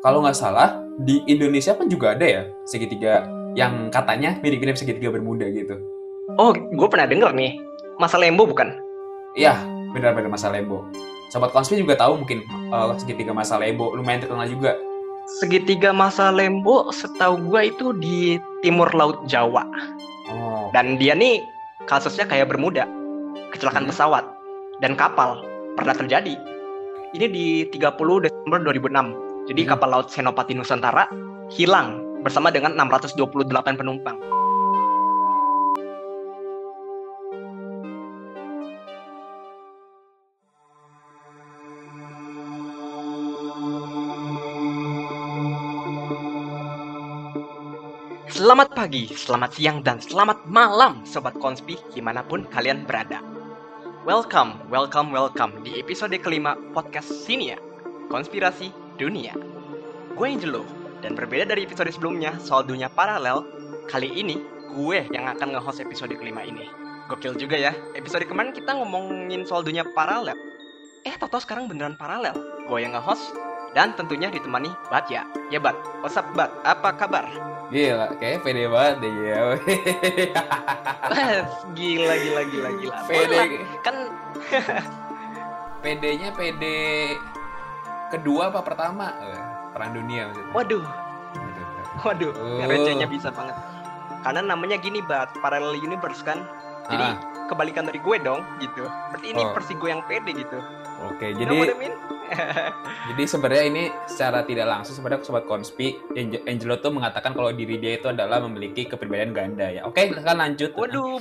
kalau nggak salah di Indonesia pun juga ada ya segitiga yang katanya mirip-mirip segitiga Bermuda gitu. Oh, gue pernah denger nih. Masa Lembo bukan? Iya, benar-benar Masa Lembo. Sobat Konspi juga tahu mungkin segitiga Masa Lembo lumayan terkenal juga. Segitiga Masa Lembo setahu gue itu di timur laut Jawa. Oh. Dan dia nih kasusnya kayak Bermuda. Kecelakaan pesawat dan kapal pernah terjadi. Ini di 30 Desember 2006. Jadi kapal laut Senopati Nusantara hilang bersama dengan 628 penumpang. Selamat pagi, selamat siang, dan selamat malam Sobat Konspi dimanapun kalian berada. Welcome di episode kelima podcast Sinia, Konspirasi Dunia. Gue Angelo, dan berbeda dari episode sebelumnya soal dunia paralel, kali ini gue yang akan nge-host episode kelima ini. Gokil juga ya, episode kemarin kita ngomongin soal dunia paralel. Tau-tau sekarang beneran paralel. Gue yang nge-host, dan tentunya ditemani Bat ya. Ya Bat, what's up Bat, apa kabar? Gila, kayaknya pede banget deh ya. Gila. Pede kan PD-nya PD kedua apa pertama? Perang dunia maksudnya. Waduh, recehnya bisa banget. Karena namanya gini Bat, parallel universe kan. Jadi kebalikan dari gue dong gitu. Berarti ini versi gue yang pede gitu. Oke, jadi sebenarnya ini secara tidak langsung sebenarnya Sobat Konspi Angelo tuh mengatakan kalau diri dia itu adalah memiliki kepribadian ganda ya. Oke, kan lanjut. Waduh,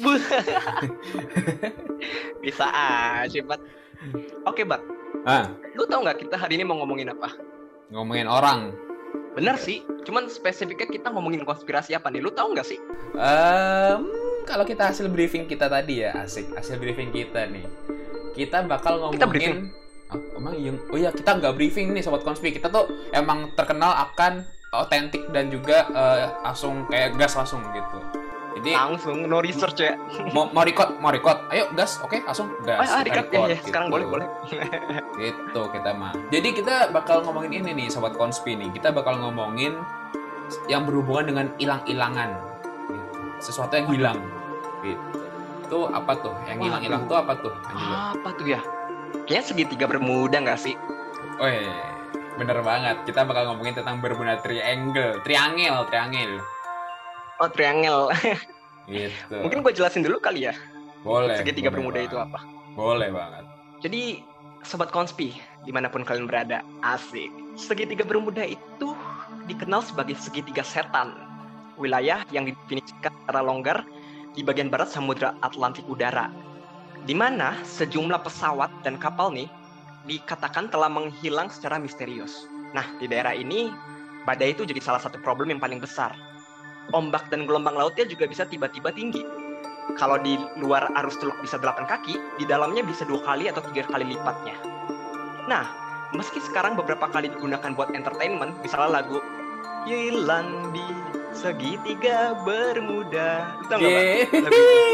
bisa aja Bat. Oke Bat. Lu tau nggak kita hari ini mau ngomongin apa? Ngomongin orang. Bener sih, cuman spesifiknya kita ngomongin konspirasi apa nih? Lu tau nggak sih? Kalau kita hasil briefing kita tadi ya, asik. Hasil briefing kita nih. Kita bakal ngomongin. Kita briefing. Kita nggak briefing nih Sobat Konspi. Kita tuh emang terkenal akan otentik dan juga langsung kayak gas langsung gitu. Jadi langsung no research ya. mau record. Ayo gas, oke langsung gas. Record ya. Gitu. Sekarang boleh. Gitu kita mah. Jadi kita bakal ngomongin ini nih Sobat Konspi nih. Kita bakal ngomongin yang berhubungan dengan hilang-hilangan. Gitu. Sesuatu yang hilang. Gitu. Itu apa tuh? Yang hilang-hilang tuh apa tuh? Apa tuh ya? Kayaknya segitiga Bermuda nggak sih? Bener banget. Kita bakal ngomongin tentang Bermuda Triangle. Oh, triangle. Gitu. Mungkin gue jelasin dulu kali ya. Boleh. Segitiga Bermuda itu apa? Boleh banget. Jadi, Sobat Konspi, dimanapun kalian berada, asik. Segitiga Bermuda itu dikenal sebagai segitiga setan. Wilayah yang didefinisikan secara longgar di bagian barat Samudra Atlantik Udara, di mana sejumlah pesawat dan kapal nih dikatakan telah menghilang secara misterius. Nah, di daerah ini, badai itu jadi salah satu problem yang paling besar. Ombak dan gelombang lautnya juga bisa tiba-tiba tinggi. Kalau di luar arus teluk bisa 8 kaki, di dalamnya bisa 2 kali atau 3 kali lipatnya. Nah, meski sekarang beberapa kali digunakan buat entertainment, misalnya lagu Hilang di Segitiga Bermuda. Tahu nggak, Pak?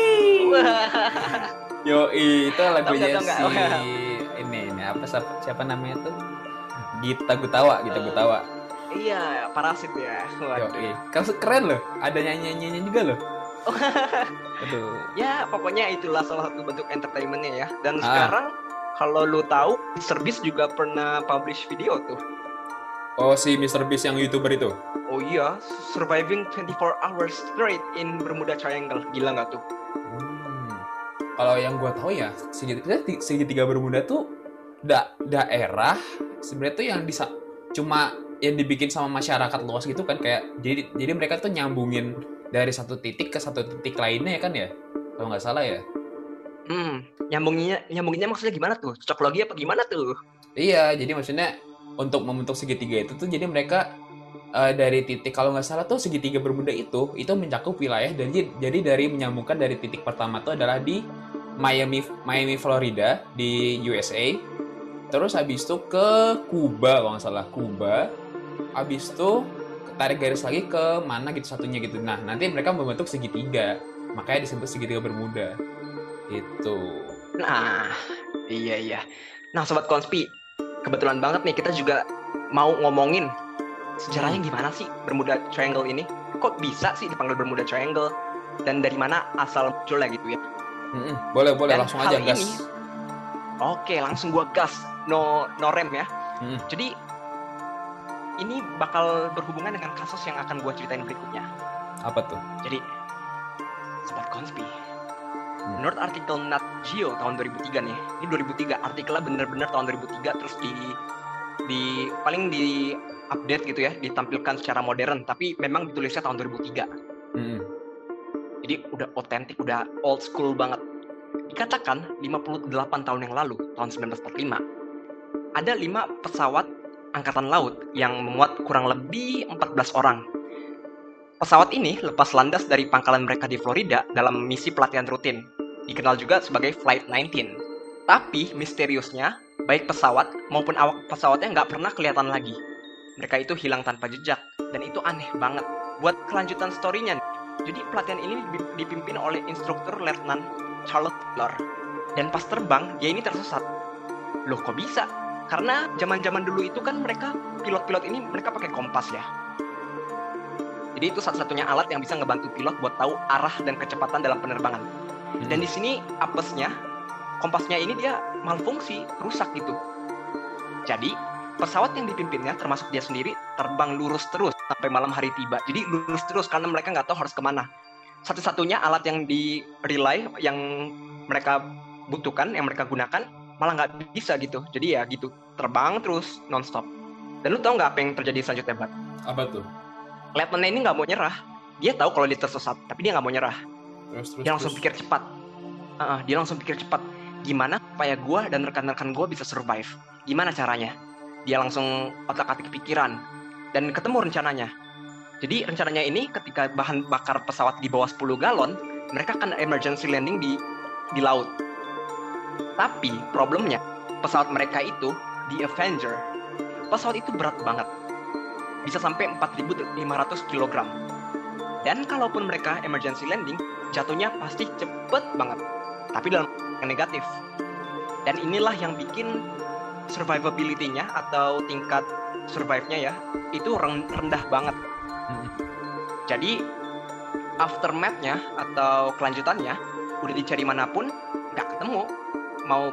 Itu lagunya ini apa siapa namanya tuh? Gita Gutawa. Iya, Parasit ya. Keren loh. Ada nyanyi juga loh. Aduh. Ya, pokoknya itulah salah satu bentuk entertainmentnya ya. Dan sekarang kalau lu tahu, Mr. Beast juga pernah publish video tuh. Oh, si Mr. Beast yang YouTuber itu? Oh iya, surviving 24 hours straight in Bermuda Triangle. Gila nggak tuh? Kalau yang gue tahu ya, segitiga Bermuda tuh daerah sebenarnya tuh yang cuma yang dibikin sama masyarakat luas gitu kan, kayak jadi mereka tuh nyambungin dari satu titik ke satu titik lainnya ya kan ya, kalau nggak salah ya. Nyambunginnya maksudnya gimana tuh? Cocok lagi apa gimana tuh? Iya, jadi maksudnya untuk membentuk segitiga itu tuh jadi mereka dari titik, kalau nggak salah tuh segitiga Bermuda itu mencakup wilayah jadi dari menyambungkan dari titik pertama tuh adalah di Miami Florida di USA, terus habis itu ke Kuba kalau nggak salah, habis itu tarik garis lagi ke mana gitu satunya gitu. Nah, nanti mereka membentuk segitiga, makanya disebut segitiga Bermuda itu. Nah, iya. Nah, Sobat Konspi, kebetulan banget nih kita juga mau ngomongin sejarahnya gimana sih Bermuda Triangle ini? Kok bisa sih dipanggil Bermuda Triangle? Dan dari mana asal munculnya gitu ya? Boleh Dan langsung hal aja gas. ini, oke, langsung gua gas, no rem ya. Jadi ini bakal berhubungan dengan kasus yang akan gua ceritain berikutnya. Apa tuh? Jadi, Sobat Konspi, menurut artikel Nat Geo tahun 2003 nih, ini 2003, artikelnya bener-bener tahun 2003, terus di paling di update gitu ya, ditampilkan secara modern, tapi memang ditulisnya tahun 2003. Jadi udah otentik, udah old school banget. Dikatakan 58 tahun yang lalu, tahun 1945, ada 5 pesawat angkatan laut yang memuat kurang lebih 14 orang. Pesawat ini lepas landas dari pangkalan mereka di Florida dalam misi pelatihan rutin, dikenal juga sebagai Flight 19. Tapi misteriusnya, baik pesawat maupun awak pesawatnya nggak pernah kelihatan lagi. Mereka itu hilang tanpa jejak, dan itu aneh banget. Buat kelanjutan story-nya, jadi pelatihan ini dipimpin oleh instruktur Letnan Charles Taylor. Dan pas terbang, dia ini tersesat. Loh kok bisa? Karena zaman-zaman dulu itu kan mereka, pilot-pilot ini mereka pakai kompas ya. Jadi itu satu-satunya alat yang bisa ngebantu pilot buat tahu arah dan kecepatan dalam penerbangan. Dan di sini apesnya, kompasnya ini dia malfungsi, rusak gitu. Jadi pesawat yang dipimpinnya termasuk dia sendiri terbang lurus terus sampai malam hari tiba. Jadi lurus terus karena mereka nggak tahu harus kemana. Satu-satunya alat yang di relay yang mereka butuhkan, yang mereka gunakan malah nggak bisa gitu. Jadi ya gitu, terbang terus nonstop. Dan lu tau nggak apa yang terjadi selanjutnya, Bat? Apa tuh? Letnan ini nggak mau nyerah. Dia tahu kalau dia tersesat, tapi dia nggak mau nyerah. Dia langsung pikir cepat. Dia langsung pikir cepat. Gimana supaya gue dan rekan-rekan gue bisa survive? Gimana caranya? Dia langsung otak-atik pikiran dan ketemu rencananya. Jadi rencananya ini ketika bahan bakar pesawat di bawah 10 galon, mereka akan emergency landing di laut. Tapi problemnya, pesawat mereka itu The Avenger. Pesawat itu berat banget. Bisa sampai 4.500 kg. Dan kalaupun mereka emergency landing, jatuhnya pasti cepet banget. Tapi dalam yang negatif. Dan inilah yang bikin survivability-nya atau tingkat survive-nya ya, itu rendah banget. Jadi aftermath-nya atau kelanjutannya udah dicari manapun nggak ketemu, mau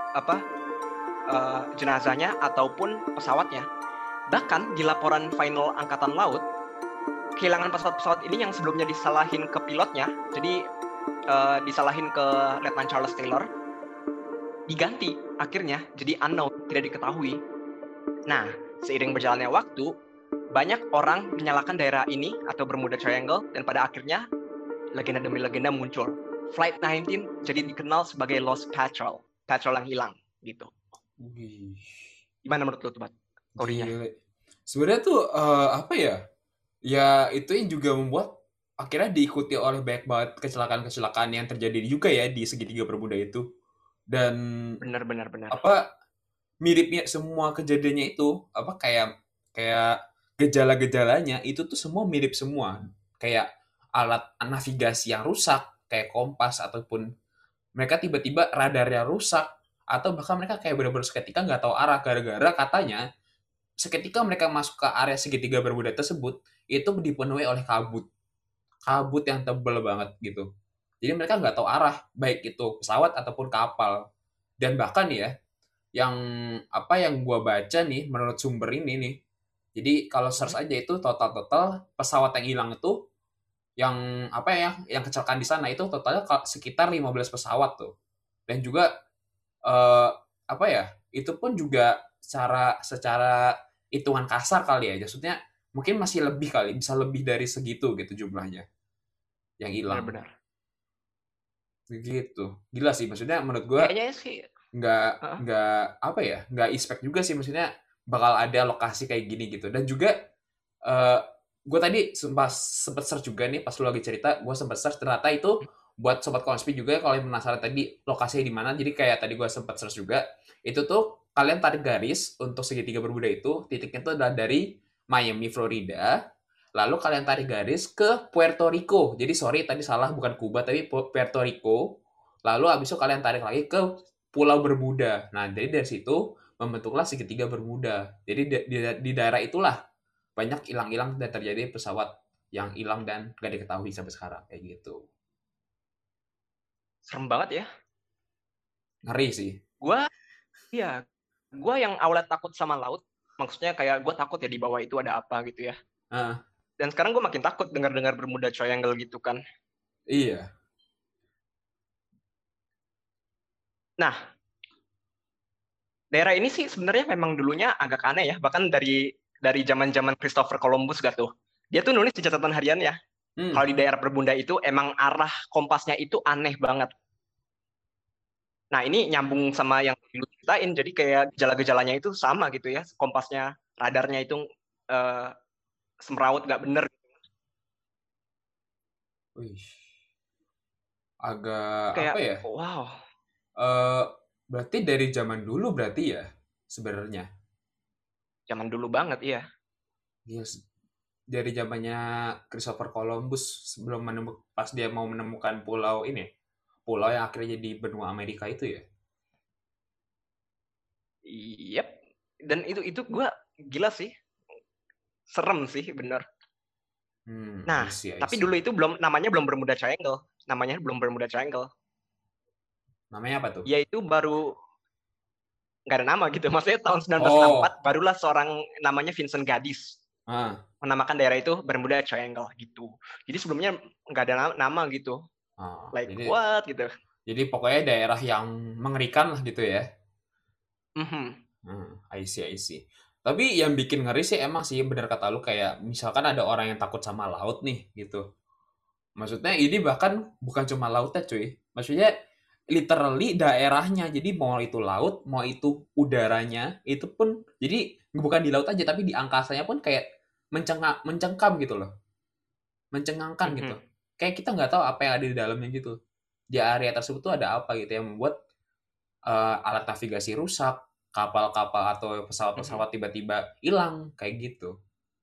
jenazahnya ataupun pesawatnya. Bahkan di laporan final Angkatan Laut, kehilangan pesawat-pesawat ini yang sebelumnya disalahin ke pilotnya, jadi disalahin ke Letnan Charles Taylor, diganti akhirnya jadi unknown, tidak diketahui. Nah, seiring berjalannya waktu, banyak orang menyalahkan daerah ini atau Bermuda Triangle, dan pada akhirnya legenda demi legenda muncul. Flight 19 jadi dikenal sebagai Lost Patrol, patrol yang hilang gitu. Gimana menurut lo tuh, Bat? Story-nya. Sebenarnya tuh apa ya? Ya itu yang juga membuat akhirnya diikuti oleh banyak banget kecelakaan-kecelakaan yang terjadi juga ya di segitiga Bermuda itu. Dan benar. apa miripnya semua kejadiannya itu apa kayak gejala-gejalanya itu tuh semua mirip semua. Kayak alat navigasi yang rusak, kayak kompas ataupun mereka tiba-tiba radarnya rusak atau bahkan mereka kayak benar-benar seketika nggak tahu arah gara-gara katanya seketika mereka masuk ke area segitiga Bermuda tersebut, itu dipenuhi oleh kabut. Kabut yang tebal banget gitu. Jadi mereka nggak tahu arah, baik itu pesawat ataupun kapal. Dan bahkan ya, yang gua baca nih, menurut sumber ini nih, jadi kalau search aja itu total pesawat yang hilang itu, yang yang kecelakaan di sana itu totalnya sekitar 15 pesawat tuh. Dan juga itu pun juga secara hitungan kasar kali ya, maksudnya mungkin masih lebih kali, bisa lebih dari segitu gitu jumlahnya yang hilang. Benar. Gitu, gila sih maksudnya menurut gue. Kayaknya sih nggak expect juga sih maksudnya bakal ada lokasi kayak gini gitu. Dan juga gue tadi sempat search juga nih pas lu lagi cerita, gue sempat search ternyata itu buat sobat konspi juga kalau yang penasaran tadi lokasinya di mana. Jadi kayak tadi gue sempat search juga, itu tuh kalian tarik garis untuk segitiga Bermuda itu, titiknya tuh adalah dari Miami, Florida, lalu kalian tarik garis ke Puerto Rico. Jadi sorry tadi salah, bukan Kuba tapi Puerto Rico. Lalu abis itu kalian tarik lagi ke Pulau Bermuda. Nah, jadi dari situ membentuklah segitiga Bermuda. Jadi di daerah itulah banyak hilang-hilang dan terjadi pesawat yang hilang dan gak diketahui sampai sekarang kayak gitu. Serem banget ya. Ngeri sih. Gua ya, gua yang awalnya takut sama laut, maksudnya kayak gua takut ya di bawah itu ada apa gitu ya. Ah, Dan sekarang gua makin takut dengar-dengar Bermuda Triangle gitu kan. iya. Nah, daerah ini sih sebenarnya memang dulunya agak aneh ya, bahkan dari zaman-zaman Christopher Columbus gak tuh. Dia tuh nulis di catatan hariannya, Hmm. kalau di daerah Berbunda itu emang arah kompasnya itu aneh banget. Nah, ini nyambung sama yang lu ceritain, jadi kayak gejala-gejalanya itu sama gitu ya, kompasnya, radarnya itu eh, semrawut nggak bener. Wih. Agak apa Kayak, ya? wow, Eh, berarti dari zaman dulu berarti ya sebenarnya. zaman dulu banget, iya. Yes. Dari zamannya Christopher Columbus sebelum pas dia mau menemukan pulau ini, pulau yang akhirnya jadi benua Amerika itu ya. Yep. Dan itu gue gila sih, serem sih, bener. Nah, I see, I tapi see. dulu itu namanya belum Bermuda Triangle. Namanya belum Bermuda Triangle. Namanya apa tuh? Yaitu baru nggak ada nama gitu. Maksudnya tahun 1964 Oh, barulah seorang namanya Vincent Gaddis ah, menamakan daerah itu Bermuda Triangle gitu. Jadi sebelumnya nggak ada nama gitu. Like jadi what gitu. pokoknya daerah yang mengerikan lah gitu ya. Mhm. I see, I see. Tapi yang bikin ngeri sih emang sih bener kata lu kayak misalkan ada orang yang takut sama laut nih gitu. Maksudnya ini bahkan bukan cuma lautnya cuy. Maksudnya literally daerahnya. Jadi mau itu laut, mau itu udaranya, itu pun jadi bukan di laut aja tapi di angkasanya pun kayak mencengkam gitu loh. Mencengangkan gitu. Mhm. Kayak kita nggak tahu apa yang ada di dalamnya gitu. Di area tersebut tuh ada apa gitu yang membuat alat navigasi rusak, kapal-kapal atau Mhm. pesawat-pesawat tiba-tiba hilang kayak gitu.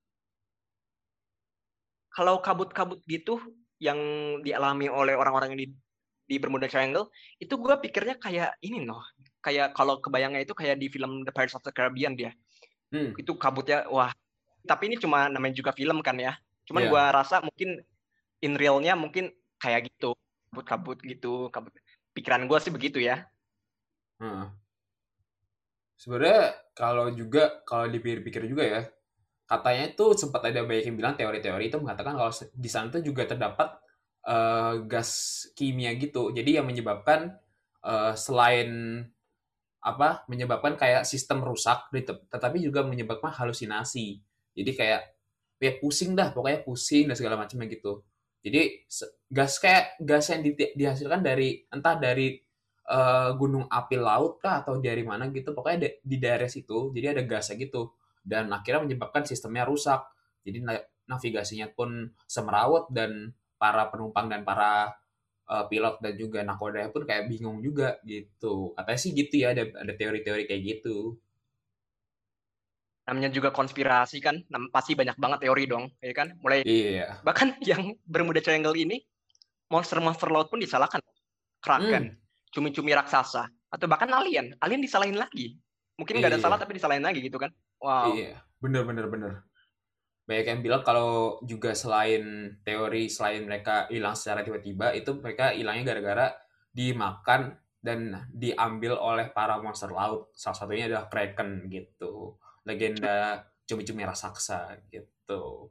Kalau kabut-kabut gitu yang dialami oleh orang-orang yang di Bermuda Triangle, itu gue pikirnya kayak ini loh. Kayak kalau kebayangnya itu kayak di film The Pirates of the Caribbean dia. Hmm, Itu kabutnya, wah. Tapi ini cuma namanya juga film kan ya. Cuman gue ya. rasa mungkin in realnya mungkin kayak gitu. Kabut-kabut gitu. Kabut. Pikiran gue sih begitu ya. Heeh. Sebenarnya kalau dipikir-pikir juga ya, katanya tuh sempat ada banyak yang bilang teori-teori itu mengatakan kalau di sana tuh juga terdapat gas kimia gitu. Jadi yang menyebabkan selain apa menyebabkan kayak sistem rusak tetapi juga menyebabkan halusinasi. Jadi kayak ya pusing dah pokoknya pusing dan segala macamnya gitu. Jadi gas yang dihasilkan dari entah dari gunung api laut kah atau dari mana gitu pokoknya di daerah situ jadi ada gasnya gitu dan akhirnya menyebabkan sistemnya rusak jadi navigasinya pun semerawut dan para penumpang dan para pilot dan juga nakodanya pun kayak bingung juga gitu katanya sih gitu ya ada teori-teori kayak gitu. Namanya juga konspirasi kan. Pasti banyak banget teori dong. Ya kan? Mulai Iya. bahkan yang Bermuda Triangle ini, monster-monster laut pun disalahkan. Kraken, Hmm. cumi-cumi raksasa, atau bahkan alien. Alien disalahin lagi. Mungkin nggak ada salah Iya. tapi disalahin lagi gitu kan. Wow. Iya. Bener bener bener. Banyak yang bilang kalau juga selain mereka hilang secara tiba-tiba itu mereka hilangnya gara-gara dimakan dan diambil oleh para monster laut. Salah satunya adalah Kraken gitu. Legenda cumi-cumi raksasa gitu.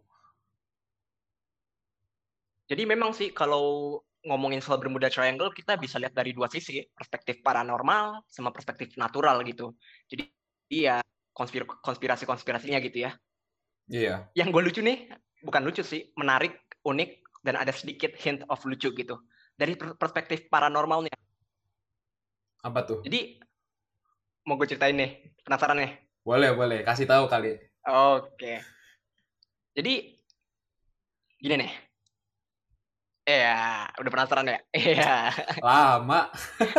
Jadi memang sih kalau ngomongin soal Bermuda Triangle, kita bisa lihat dari dua sisi, perspektif paranormal sama perspektif natural gitu. Jadi iya, konspirasi-konspirasinya gitu ya. Iya. Yang gue lucu nih, bukan lucu sih, menarik, unik, dan ada sedikit hint of lucu gitu. Dari perspektif paranormalnya. Apa tuh? Jadi, mau gue ceritain nih, penasaran nih? Boleh, boleh. Kasih tahu kali. Oke. Jadi, gini nih. Iya, udah penasaran ya? Iya. Lama.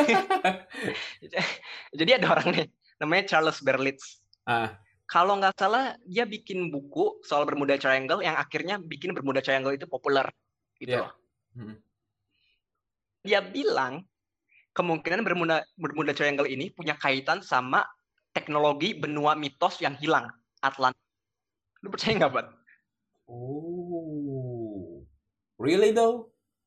Jadi ada orang nih, namanya Charles Berlitz. Ah, Kalau nggak salah, dia bikin buku soal Bermuda Triangle yang akhirnya bikin Bermuda Triangle itu populer. Gitu ya. loh. Hmm. Dia bilang, kemungkinan Bermuda Triangle ini punya kaitan sama teknologi benua mitos yang hilang, Atlantis. Lu percaya nggak, Bat? Oh, really though?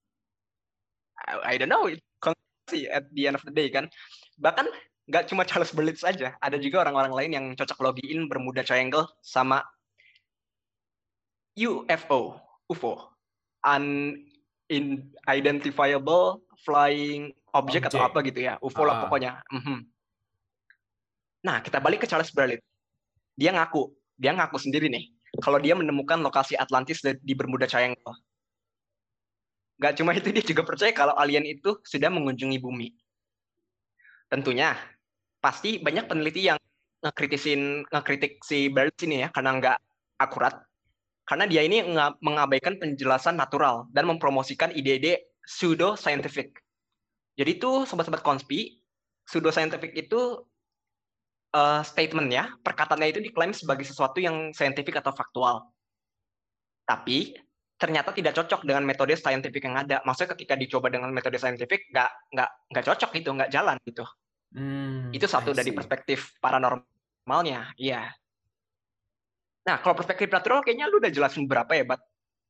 I don't know, konspirasi at the end of the day kan. Bahkan nggak cuma Charles Berlitz saja, ada juga orang-orang lain yang cocok login Bermuda Triangle sama UFO, UFO, unidentifiable flying object atau Objek. apa gitu ya, UFO lah pokoknya. Nah, kita balik ke Charles Berlitz. Dia ngaku sendiri nih, kalau dia menemukan lokasi Atlantis di Bermuda Triangle. Gak cuma itu, dia juga percaya kalau alien itu sudah mengunjungi bumi. Tentunya, pasti banyak peneliti yang ngekritik si Berlitz ini ya, karena nggak akurat. Karena dia ini mengabaikan penjelasan natural dan mempromosikan ide-ide pseudo-scientific. Jadi itu, sobat-sobat konspi, pseudo-scientific itu statement-nya, perkataannya itu diklaim sebagai sesuatu yang saintifik atau faktual. Tapi ternyata tidak cocok dengan metode saintifik yang ada. Maksudnya ketika dicoba dengan metode saintifik, nggak cocok gitu, nggak jalan gitu. Itu satu I dari see. perspektif paranormalnya, iya. Nah, kalau perspektif natural kayaknya lu udah jelasin berapa ya, Bat?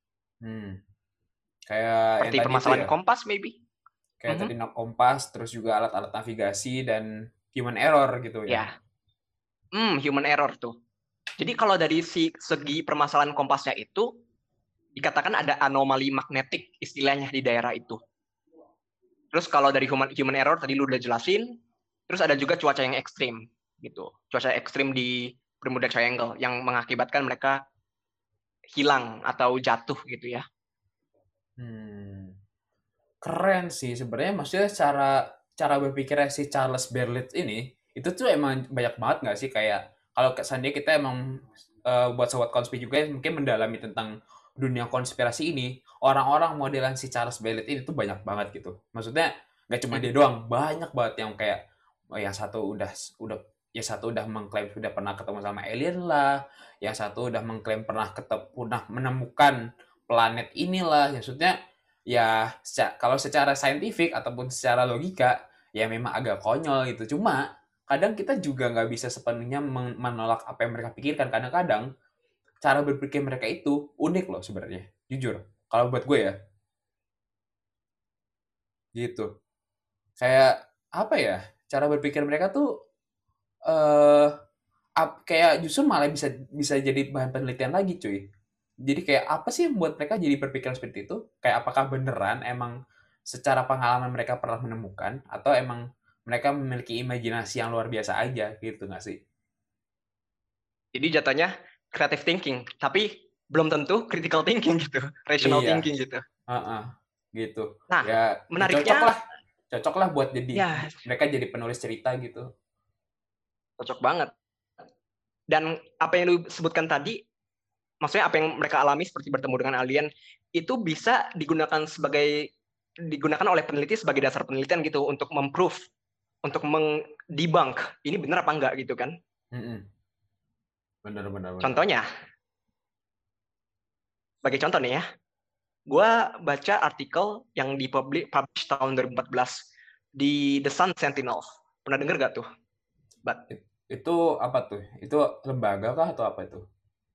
Kayak yang Seperti tadi itu permasalahan ya, kompas, maybe? kayak tadi kompas, terus juga alat-alat navigasi dan human error gitu ya. Ya, human error tuh. Jadi kalau dari segi permasalahan kompasnya itu, dikatakan ada anomali magnetik istilahnya di daerah itu. Terus kalau dari human error tadi lu udah jelasin, terus ada juga cuaca yang ekstrim gitu. Cuaca ekstrim di Bermuda Triangle yang mengakibatkan mereka hilang atau jatuh gitu ya. Keren sih sebenarnya, maksudnya cara cara berpikirnya si Charles Berlitz ini itu tuh emang banyak banget nggak sih, kayak kalau seandainya kita emang buat sobat konspirasi juga yang mungkin mendalami tentang dunia konspirasi ini, orang-orang modelan si Charles Berlitz ini tuh banyak banget gitu. Maksudnya nggak cuma dia doang, banyak banget yang kayak yang satu udah yang satu udah mengklaim sudah pernah ketemu sama alien lah, yang satu udah mengklaim pernah menemukan planet inilah. Maksudnya ya kalau secara saintifik ataupun secara logika ya memang agak konyol gitu. Cuma kadang kita juga nggak bisa sepenuhnya menolak apa yang mereka pikirkan. Kadang-kadang cara berpikir mereka itu unik loh sebenarnya. Jujur. Kalau buat gue ya, gitu. Kayak apa ya? Cara berpikir mereka tuh eh kayak justru malah bisa bisa jadi bahan penelitian lagi, cuy. Jadi kayak apa sih yang membuat mereka jadi berpikiran seperti itu? Kayak apakah beneran emang secara pengalaman mereka pernah menemukan atau emang mereka memiliki imajinasi yang luar biasa aja gitu nggak sih? Jadi jatuhnya creative thinking, tapi belum tentu critical thinking gitu, rational Iya, thinking gitu. heeh, gitu. Nah, Ya, ya menariknya, cocok lah buat jadi ya mereka jadi penulis cerita gitu. cocok banget. Dan apa yang lu sebutkan tadi, maksudnya apa yang mereka alami seperti bertemu dengan alien, itu bisa digunakan oleh peneliti sebagai dasar penelitian gitu untuk memprove, untuk mengdebunk ini benar apa enggak gitu kan. Mm-mm. Bener, bener, bener. Contohnya, sebagai contoh nih ya, gue baca artikel yang dipublish tahun 2014 di The Sun Sentinel. Pernah denger gak tuh, Bat? Itu apa tuh? Itu lembaga kah atau apa itu?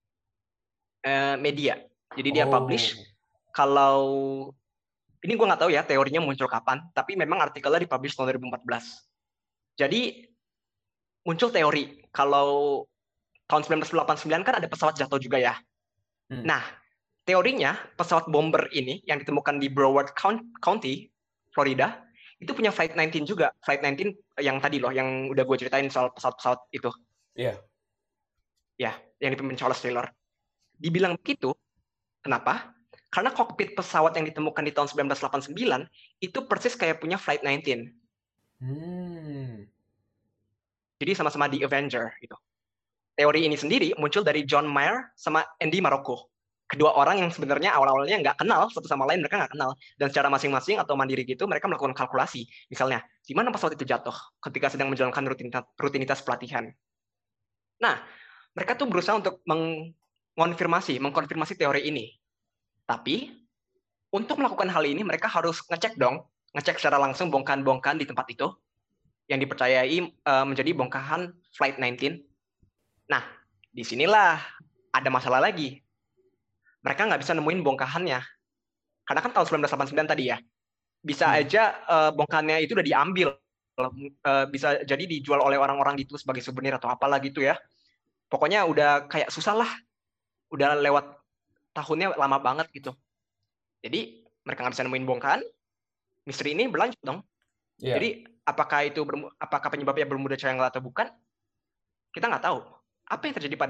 Media. Jadi dia publish Oh, kalau ini gue nggak tahu ya teorinya muncul kapan, tapi memang artikelnya dipublish tahun 2014. Jadi muncul teori kalau tahun 1989 kan ada pesawat jatuh juga ya. hmm, Nah, teorinya pesawat bomber ini yang ditemukan di Broward County, Florida, itu punya Flight 19 juga. Flight 19 yang tadi loh, yang udah gue ceritain soal pesawat-pesawat itu. iya. Ya, yang dipimpin Charles Taylor. Dibilang begitu, kenapa? Karena kokpit pesawat yang ditemukan di tahun 1989 itu persis kayak punya Flight 19. Hmm. Jadi sama-sama di Avenger gitu. Teori ini sendiri muncul dari John Mayer sama Andy Marocco. Kedua orang yang sebenarnya awal-awalnya nggak kenal satu sama lain, mereka nggak kenal. Dan secara masing-masing atau mandiri gitu, mereka melakukan kalkulasi. Misalnya, di mana pesawat itu jatuh ketika sedang menjalankan rutinitas pelatihan. Nah, mereka tuh berusaha untuk mengkonfirmasi teori ini. Tapi, untuk melakukan hal ini, mereka harus ngecek secara langsung bongkahan-bongkahan di tempat itu, yang dipercayai menjadi bongkahan Flight 19. Nah, disinilah ada masalah lagi. Mereka nggak bisa nemuin bongkahannya. Karena kan tahun 1989 tadi ya. Bisa aja bongkahannya itu udah diambil. Bisa jadi dijual oleh orang-orang itu sebagai souvenir atau apalah gitu ya. Pokoknya udah kayak susah lah. Udah lewat tahunnya lama banget gitu. Jadi mereka nggak bisa nemuin bongkahan. Misteri ini berlanjut dong. Iya. Jadi apakah penyebabnya bermuda triangle atau bukan? Kita nggak tahu. Apa yang terjadi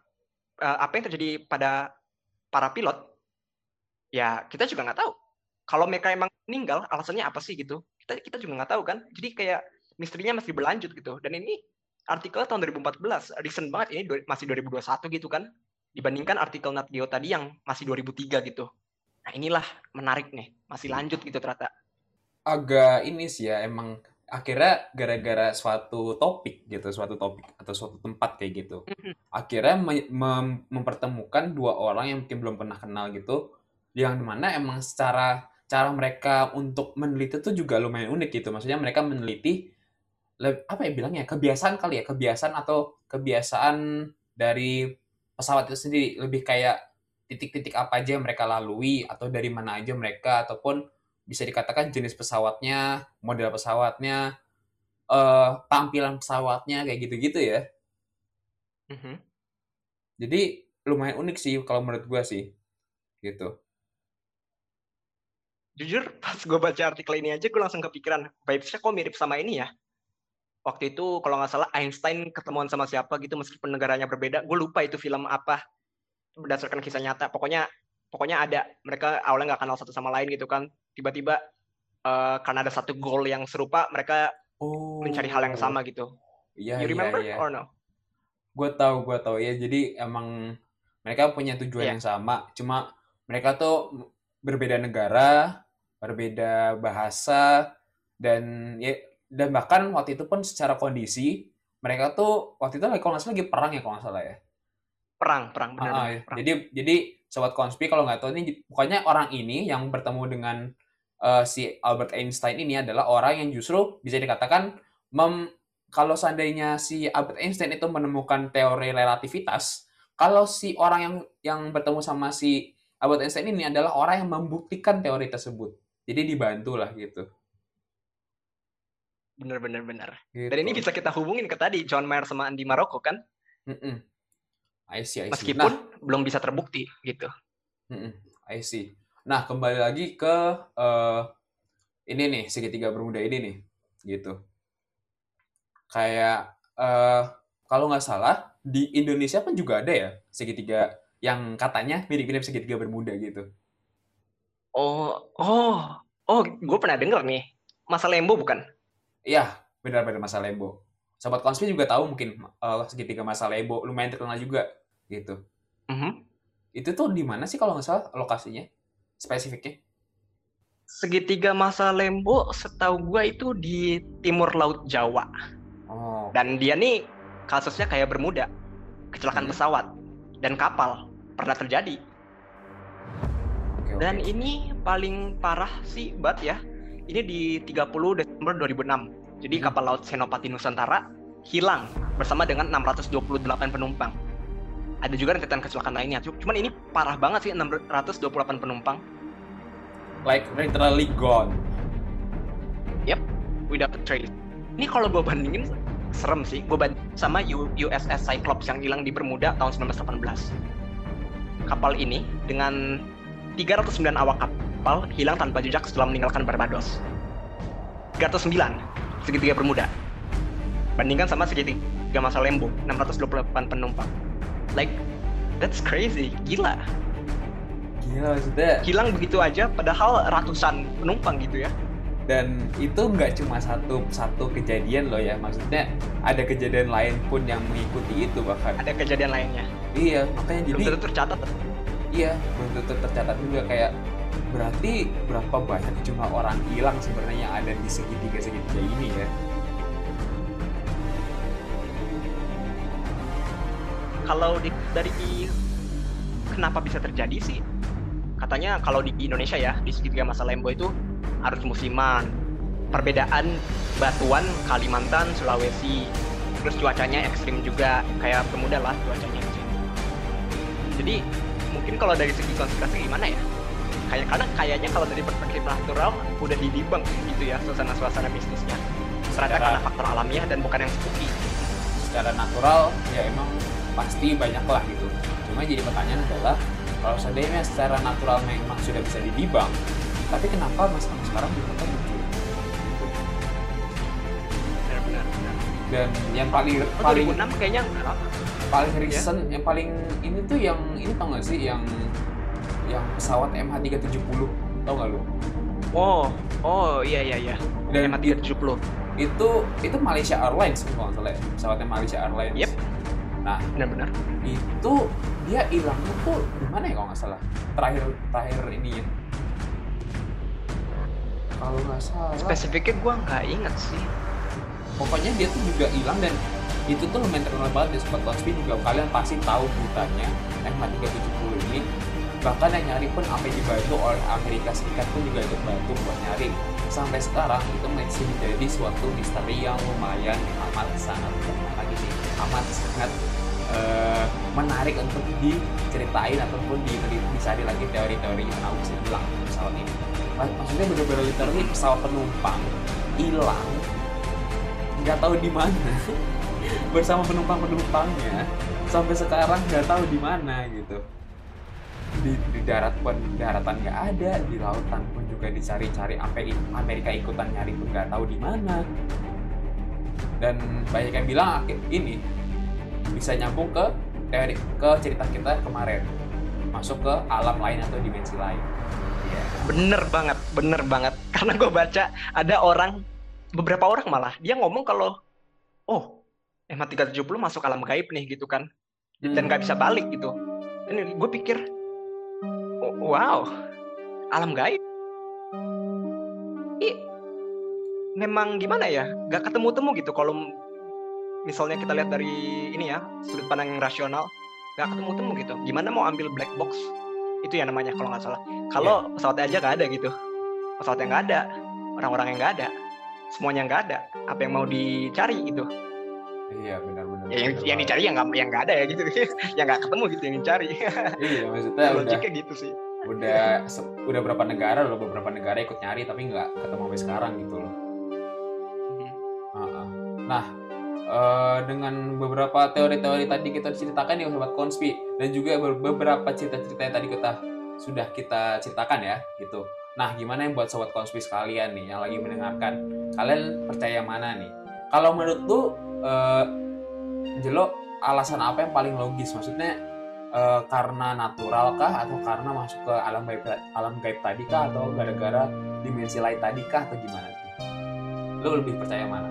pada para pilot? Ya kita juga nggak tahu. Kalau mereka emang meninggal, alasannya apa sih gitu? Kita juga nggak tahu kan. Jadi kayak misterinya masih berlanjut gitu. Dan ini artikel tahun 2014, recent banget, ini masih 2021 gitu kan. Dibandingkan artikel Nat Geo tadi yang masih 2003 gitu. Nah inilah menarik nih, masih lanjut gitu ternyata. Agak ini sih ya, emang akhirnya gara-gara suatu topik atau suatu tempat kayak gitu. Akhirnya mempertemukan dua orang yang mungkin belum pernah kenal gitu, yang dimana emang secara cara mereka untuk meneliti itu juga lumayan unik gitu. Maksudnya mereka meneliti apa ya bilangnya, kebiasaan dari pesawat itu sendiri, lebih kayak titik-titik apa aja yang mereka lalui atau dari mana aja mereka, ataupun bisa dikatakan jenis pesawatnya, model pesawatnya, tampilan pesawatnya kayak gitu-gitu ya. Jadi lumayan unik sih kalau menurut gue sih, gitu. Jujur pas gue baca artikel ini aja gue langsung kepikiran, vibes-nya kok mirip sama ini ya. Waktu itu kalau nggak salah Einstein ketemuan sama siapa gitu meskipun negaranya berbeda. Gue lupa itu film apa berdasarkan kisah nyata. Pokoknya ada, mereka awalnya nggak kenal satu sama lain gitu kan. Tiba-tiba karena ada satu goal yang serupa, mereka mencari hal yang sama gitu. You remember or no? Gue tahu ya. Jadi emang mereka punya tujuan yang sama. Cuma mereka tuh berbeda negara, berbeda bahasa, dan bahkan waktu itu pun secara kondisi mereka tuh waktu itu kalau nggak salah lagi perang ya kalau nggak salah ya. Perang benar. Jadi sobat konspi kalau nggak tahu ini, pokoknya orang ini yang bertemu dengan si Albert Einstein ini adalah orang yang justru bisa dikatakan kalau seandainya si Albert Einstein itu menemukan teori relativitas, kalau si orang yang bertemu sama si Albert Einstein ini adalah orang yang membuktikan teori tersebut. Jadi dibantu lah gitu. Bener. Gitu. Dan ini bisa kita hubungin ke tadi John Mayer sama Andy Marocco kan? I see. Meskipun belum bisa terbukti gitu. I see. Nah, kembali lagi ke ini nih, segitiga bermuda ini nih, gitu. Kayak kalau nggak salah di Indonesia pun juga ada ya segitiga yang katanya mirip-mirip segitiga bermuda gitu. Gue pernah dengar nih. Masa Lembo bukan? Iya, benar-benar Masa Lembo. Sobat Konspi juga tahu mungkin segitiga Masa Lembo, lumayan terkenal juga gitu. Itu tuh di mana sih kalau nggak salah lokasinya, spesifiknya? Segitiga Masa Lembo setahu gue itu di timur laut Jawa. Dan dia nih kasusnya kayak Bermuda, kecelakaan pesawat dan kapal pernah terjadi. Dan ini paling parah sih, Bat ya. Ini di 30 Desember 2006. Jadi kapal laut Senopati Nusantara hilang bersama dengan 628 penumpang. Ada juga rentetan kecelakaan lainnya. Cuman ini parah banget sih, 628 penumpang. Like literally gone. Yep, without a trace. Ini kalau gue bandingin serem sih. Gue bandingin sama USS Cyclops yang hilang di Bermuda tahun 1918. Kapal ini dengan 309 awak kapal hilang tanpa jejak setelah meninggalkan Barbados. 309 segitiga Bermuda. Bandingkan sama segitiga Masa Lembo, 628 penumpang. Like, that's crazy, gila sudah. Hilang begitu aja, padahal ratusan penumpang gitu ya. Dan itu nggak cuma satu kejadian loh ya, maksudnya ada kejadian lain pun yang mengikuti itu bahkan. Ada kejadian lainnya. Iya, makanya jadi. Belum tentu tercatat. Iya, belum tentu tercatat juga, kayak berarti berapa banyak jumlah orang hilang sebenarnya yang ada di segitiga ini ya. Kalau dari kenapa bisa terjadi sih? Katanya kalau di Indonesia ya, di segitiga Masa Lembo itu harus musiman. Perbedaan batuan Kalimantan, Sulawesi. Terus cuacanya ekstrim juga, kayak Bermuda lah cuacanya ekstrim. Jadi mungkin kalau dari segi konspirasi gimana ya? Karena kayaknya kalau dari perspektif natural udah didibang gitu ya suasana mistisnya. Ternyata karena faktor alamiah dan bukan yang spooky. Secara natural ya emang pasti banyak lah gitu. Cuma jadi pertanyaan adalah kalau seandainya secara natural memang sudah bisa didibang, tapi kenapa sampai sekarang belum muncul? Benar. Dan yang paling 2006 kayaknya paling recent, yang paling ini tuh yang ini tau gak sih yang pesawat MH370, tau gak lu? Oh iya. Dan MH370 itu Malaysia Airlines kalau nggak salah ya, pesawatnya Malaysia Airlines. Yep. Nah, benar. Itu dia hilangnya tuh di mana ya kalau nggak salah? Terakhir ini ya. Kalau nggak salah. Spesifiknya gue nggak inget sih. Pokoknya dia tuh juga hilang dan itu tuh lumayan terkenal banget di Sobat Konspi juga. Kalian pasti tahu beritanya MH370 ini. Bahkan yang nyari pun sampai dibantu oleh Amerika Serikat pun juga ikut bantu buat nyari. Sampai sekarang itu masih menjadi suatu misteri yang lumayan amat sangat menarik untuk diceritain ataupun dicari lagi teori-teori yang tahu bisa hilang pesawat ini. Maksudnya benar-benar literally pesawat penumpang hilang, nggak tahu di mana bersama penumpangnya sampai sekarang nggak tahu di mana gitu. Di daratan nggak ada, di lautan pun juga dicari-cari, sampai Amerika ikutan nyari pun nggak tahu di mana. Dan banyak yang bilang ini bisa nyambung ke cerita kita kemarin, masuk ke alam lain atau dimensi lain. Yeah. Bener banget. Karena gue baca ada beberapa orang malah dia ngomong kalau MH370 masuk alam gaib nih gitu kan, dan nggak bisa balik gitu. Dan gue pikir wow, alam gaib. Memang gimana ya, gak ketemu-temu gitu. Kalau misalnya kita lihat dari ini ya, sudut pandang yang rasional, gak ketemu-temu gitu. Gimana mau ambil black box? Itu ya namanya kalau nggak salah. Kalau pesawatnya aja nggak ada gitu, pesawatnya nggak ada, orang-orang yang nggak ada, semuanya nggak ada. Apa yang mau dicari gitu? Iya benar-benar. Yang dicari yang nggak ada ya gitu, yang nggak ketemu gitu yang dicari. Iya maksudnya logiknya gitu sih. Udah beberapa negara ikut nyari tapi nggak ketemu sampai sekarang gitu loh. Nah, dengan beberapa teori-teori tadi kita ceritakan ya Sobat Konspi, dan juga beberapa cerita-cerita yang tadi sudah kita ceritakan ya gitu. Nah, gimana yang buat Sobat Konspi sekalian nih yang lagi mendengarkan, kalian percaya mana nih? Kalau menurut lu Jelo, alasan apa yang paling logis? Maksudnya karena natural kah, atau karena masuk ke alam gaib tadi kah, atau gara-gara dimensi lain tadi kah, atau gimana tuh? Lu lebih percaya mana?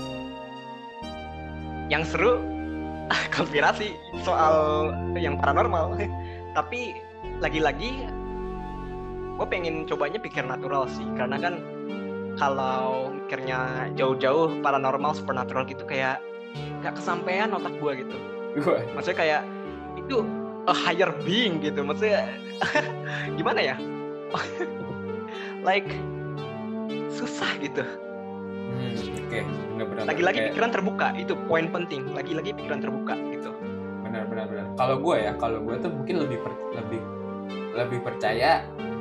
Yang seru konspirasi soal yang paranormal. Tapi lagi-lagi gue pengen cobanya pikir natural sih, karena kan kalau mikirnya jauh-jauh paranormal, supernatural gitu kayak gak kesampean otak gue gitu. Maksudnya kayak itu a higher being gitu, maksudnya gimana ya? Like susah gitu. Oke, benar-benar. Lagi-lagi pikiran terbuka, itu poin penting. Lagi-lagi pikiran terbuka gitu. Benar. Kalau gue tuh mungkin lebih percaya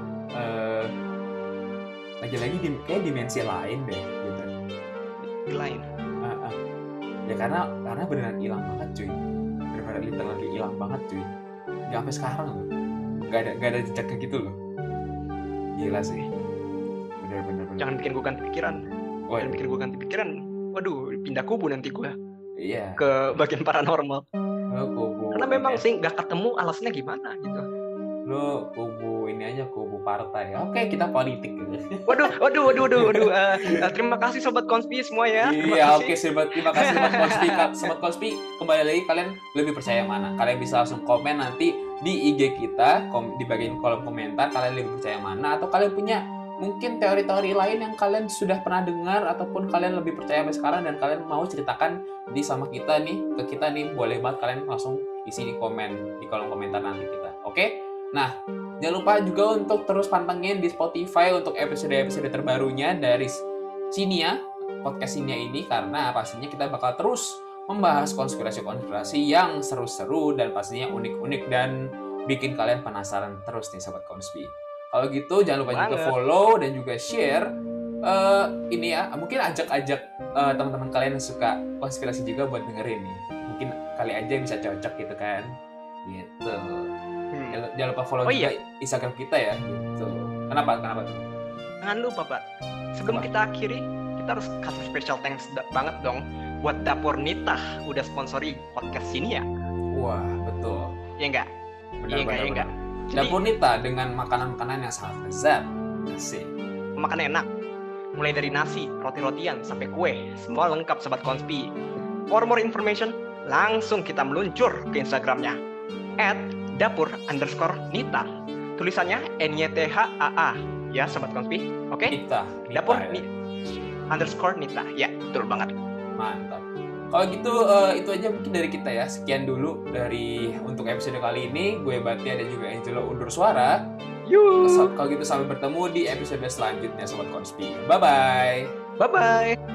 lagi-lagi kayak dimensi lain deh gitu. Lain. Ya karena beneran hilang banget cuy. Beneran literally hilang banget cuy. Gak sampai sekarang loh. Gak ada jejaknya gitu loh. Gila sih. Bener. Jangan bikin gue ganti pikiran. Jangan bikin gue ganti pikiran. Waduh, pindah kubu nanti gue. Iya. Ke bagian paranormal. Kubu. Karena memang sih gak ketemu alasannya gimana gitu. Lo kubu ini aja, kubu partai. Oke, kita politik gitu. Waduh. Terima kasih Sobat Konspi semua ya. Iya, oke, terima kasih Sobat Konspi. Kembali lagi, kalian lebih percaya mana? Kalian bisa langsung komen nanti di IG kita, di bagian kolom komentar. Kalian lebih percaya mana? Atau kalian punya mungkin teori-teori lain yang kalian sudah pernah dengar, ataupun kalian lebih percaya sampai sekarang dan kalian mau ceritakan ke kita nih, boleh banget kalian langsung isi di kolom komentar nanti kita. Oke? Nah, jangan lupa juga untuk terus pantengin di Spotify untuk episode-episode terbarunya dari Sinia, podcast Sinia ini, karena pastinya kita bakal terus membahas konspirasi-konspirasi yang seru-seru dan pastinya unik-unik dan bikin kalian penasaran terus nih Sobat Konspi. Kalau gitu jangan lupa juga Banget. follow dan juga share. Ini ya, mungkin ajak-ajak teman-teman kalian yang suka konspirasi juga buat dengerin nih. Mungkin kali aja bisa cocok gitu kan. Gitu. Jangan lupa follow Oh juga iya. Instagram kita ya gitu. Kenapa tuh? Jangan lupa, Pak. Sebelum Apa? kita akhiri, kita harus kasih special thanks banget dong buat Dapur Nita udah sponsori podcast ini ya. Wah, betul. Ya enggak? Iya enggak? Jadi, Dapur Nita dengan makanan-makanan yang sangat lezat. Asik. makan enak. Mulai dari nasi, roti-rotian, sampai kue. Semua lengkap Sobat Konspi. For more information, langsung kita meluncur ke Instagramnya. @dapur_nita. Tulisannya NYTHAA. Ya Sobat Konspi. Oke? Nita Dapur ya. _nita. Ya, betul banget. Mantap. Kalau gitu itu aja mungkin dari kita ya. Sekian dulu untuk episode kali ini. Gue Batia dan juga Angelo undur suara. Yuk. Kalau gitu sampai bertemu di episode selanjutnya Sobat Konspi. Bye-bye. Bye-bye.